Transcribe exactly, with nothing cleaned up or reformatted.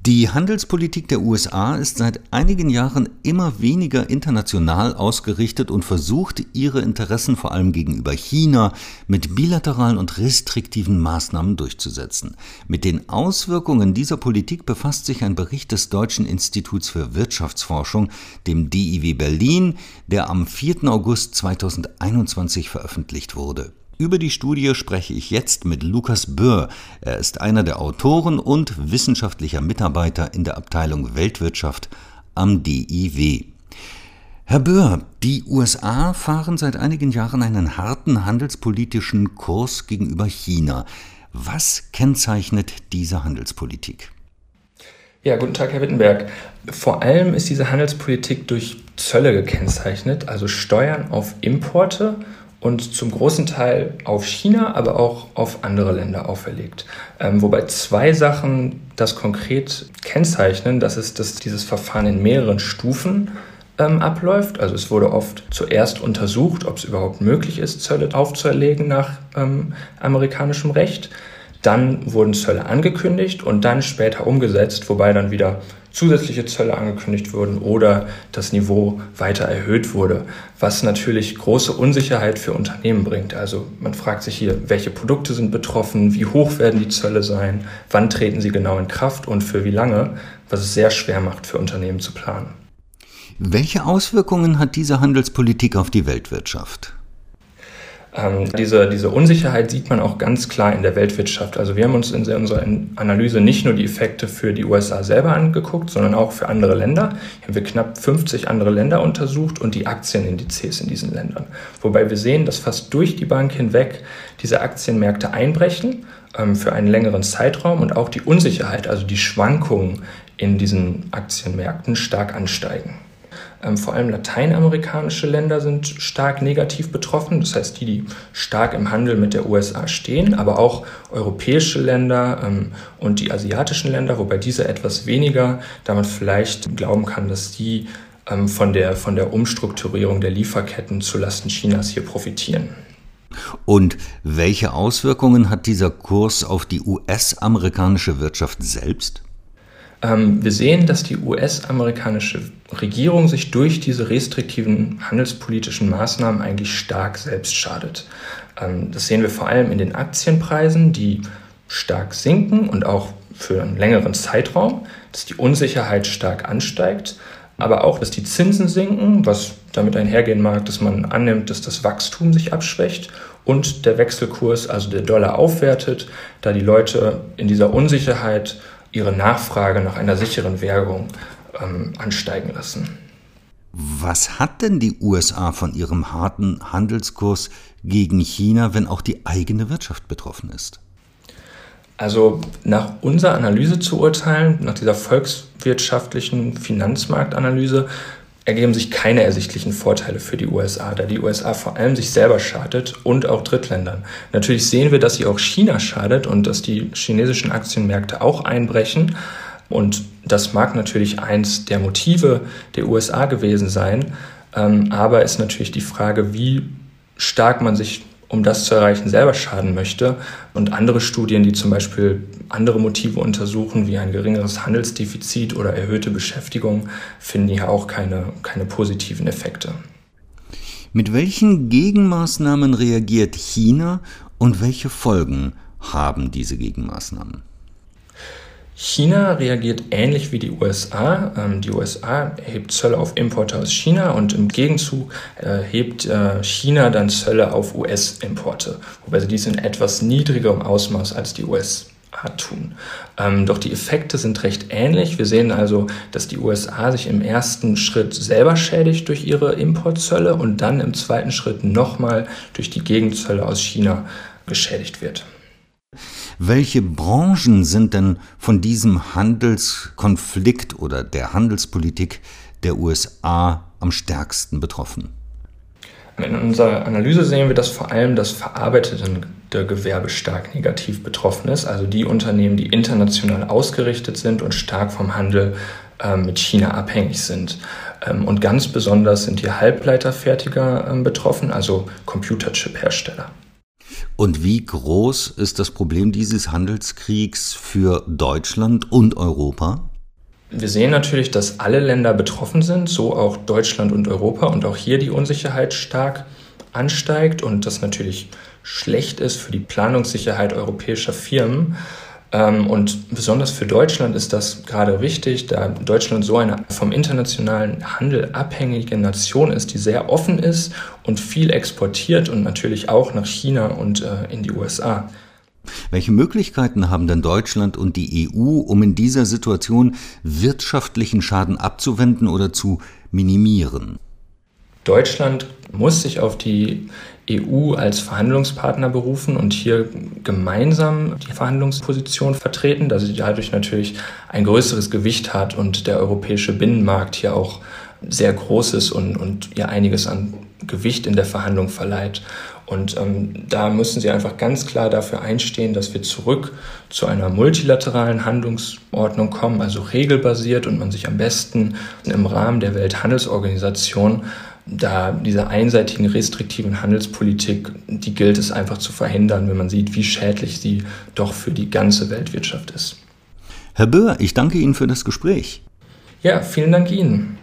Die Handelspolitik der U S A ist seit einigen Jahren immer weniger international ausgerichtet und versucht, ihre Interessen vor allem gegenüber China mit bilateralen und restriktiven Maßnahmen durchzusetzen. Mit den Auswirkungen dieser Politik befasst sich ein Bericht des Deutschen Instituts für Wirtschaftsforschung, dem D I W Berlin, der am vierten August zweitausendeinundzwanzig veröffentlicht wurde. Über die Studie spreche ich jetzt mit Lukas Böhr. Er ist einer der Autoren und wissenschaftlicher Mitarbeiter in der Abteilung Weltwirtschaft am D I W. Herr Böhr, die U S A fahren seit einigen Jahren einen harten handelspolitischen Kurs gegenüber China. Was kennzeichnet diese Handelspolitik? Ja, guten Tag, Herr Wittenberg. Vor allem ist diese Handelspolitik durch Zölle gekennzeichnet, also Steuern auf Importe und zum großen Teil auf China, aber auch auf andere Länder auferlegt. Ähm, wobei zwei Sachen das konkret kennzeichnen. Das ist, dass dieses Verfahren in mehreren Stufen ähm, abläuft. Also es wurde oft zuerst untersucht, ob es überhaupt möglich ist, Zölle aufzuerlegen nach ähm, amerikanischem Recht. Dann wurden Zölle angekündigt und dann später umgesetzt, wobei dann wieder zusätzliche Zölle angekündigt wurden oder das Niveau weiter erhöht wurde, was natürlich große Unsicherheit für Unternehmen bringt. Also man fragt sich hier, welche Produkte sind betroffen, wie hoch werden die Zölle sein, wann treten sie genau in Kraft und für wie lange, was es sehr schwer macht für Unternehmen zu planen. Welche Auswirkungen hat diese Handelspolitik auf die Weltwirtschaft? Ähm, diese, diese Unsicherheit sieht man auch ganz klar in der Weltwirtschaft. Also wir haben uns in unserer Analyse nicht nur die Effekte für die U S A selber angeguckt, sondern auch für andere Länder. Hier haben wir knapp fünfzig andere Länder untersucht und die Aktienindizes in diesen Ländern. Wobei wir sehen, dass fast durch die Bank hinweg diese Aktienmärkte einbrechen ähm, für einen längeren Zeitraum und auch die Unsicherheit, also die Schwankungen in diesen Aktienmärkten stark ansteigen. Ähm, vor allem lateinamerikanische Länder sind stark negativ betroffen, das heißt die, die stark im Handel mit der U S A stehen, aber auch europäische Länder ähm, und die asiatischen Länder, wobei diese etwas weniger, da man vielleicht glauben kann, dass die ähm, von der, von der Umstrukturierung der Lieferketten zulasten Chinas hier profitieren. Und welche Auswirkungen hat dieser Kurs auf die U S-amerikanische Wirtschaft selbst? Wir sehen, dass die U S-amerikanische Regierung sich durch diese restriktiven handelspolitischen Maßnahmen eigentlich stark selbst schadet. Das sehen wir vor allem in den Aktienpreisen, die stark sinken und auch für einen längeren Zeitraum, dass die Unsicherheit stark ansteigt, aber auch, dass die Zinsen sinken, was damit einhergehen mag, dass man annimmt, dass das Wachstum sich abschwächt und der Wechselkurs, also der Dollar, aufwertet, da die Leute in dieser Unsicherheit ihre Nachfrage nach einer sicheren Währung ähm, ansteigen lassen. Was hat denn die U S A von ihrem harten Handelskurs gegen China, wenn auch die eigene Wirtschaft betroffen ist? Also nach unserer Analyse zu urteilen, nach dieser volkswirtschaftlichen Finanzmarktanalyse, ergeben sich keine ersichtlichen Vorteile für die U S A, da die U S A vor allem sich selber schadet und auch Drittländern. Natürlich sehen wir, dass sie auch China schadet und dass die chinesischen Aktienmärkte auch einbrechen. Und das mag natürlich eins der Motive der U S A gewesen sein, aber ist natürlich die Frage, wie stark man sich, um das zu erreichen, selber schaden möchte. Und andere Studien, die zum Beispiel andere Motive untersuchen, wie ein geringeres Handelsdefizit oder erhöhte Beschäftigung, finden hier auch keine, keine positiven Effekte. Mit welchen Gegenmaßnahmen reagiert China und welche Folgen haben diese Gegenmaßnahmen? China reagiert ähnlich wie die U S A. Die U S A erhebt Zölle auf Importe aus China und im Gegenzug erhebt China dann Zölle auf U S-Importe, wobei sie dies in etwas niedrigerem Ausmaß als die U S A tun. Doch die Effekte sind recht ähnlich. Wir sehen also, dass die U S A sich im ersten Schritt selber schädigt durch ihre Importzölle und dann im zweiten Schritt nochmal durch die Gegenzölle aus China geschädigt wird. Welche Branchen sind denn von diesem Handelskonflikt oder der Handelspolitik der U S A am stärksten betroffen? In unserer Analyse sehen wir, dass vor allem das verarbeitete Gewerbe stark negativ betroffen ist, also die Unternehmen, die international ausgerichtet sind und stark vom Handel äh, mit China abhängig sind. Ähm, und ganz besonders sind hier Halbleiterfertiger äh, betroffen, also Computerchip-Hersteller. Und wie groß ist das Problem dieses Handelskriegs für Deutschland und Europa? Wir sehen natürlich, dass alle Länder betroffen sind, so auch Deutschland und Europa, und auch hier die Unsicherheit stark ansteigt und das natürlich schlecht ist für die Planungssicherheit europäischer Firmen. Und besonders für Deutschland ist das gerade wichtig, da Deutschland so eine vom internationalen Handel abhängige Nation ist, die sehr offen ist und viel exportiert und natürlich auch nach China und in die U S A. Welche Möglichkeiten haben denn Deutschland und die E U, um in dieser Situation wirtschaftlichen Schaden abzuwenden oder zu minimieren? Deutschland muss sich auf die E U als Verhandlungspartner berufen und hier gemeinsam die Verhandlungsposition vertreten, da sie dadurch natürlich ein größeres Gewicht hat und der europäische Binnenmarkt hier auch sehr groß ist und, und ihr einiges an Gewicht in der Verhandlung verleiht. Und ähm, da müssen sie einfach ganz klar dafür einstehen, dass wir zurück zu einer multilateralen Handlungsordnung kommen, also regelbasiert und man sich am besten im Rahmen der Welthandelsorganisation, da diese einseitigen restriktiven Handelspolitik, die gilt es einfach zu verhindern, wenn man sieht, wie schädlich sie doch für die ganze Weltwirtschaft ist. Herr Böhr, ich danke Ihnen für das Gespräch. Ja, vielen Dank Ihnen.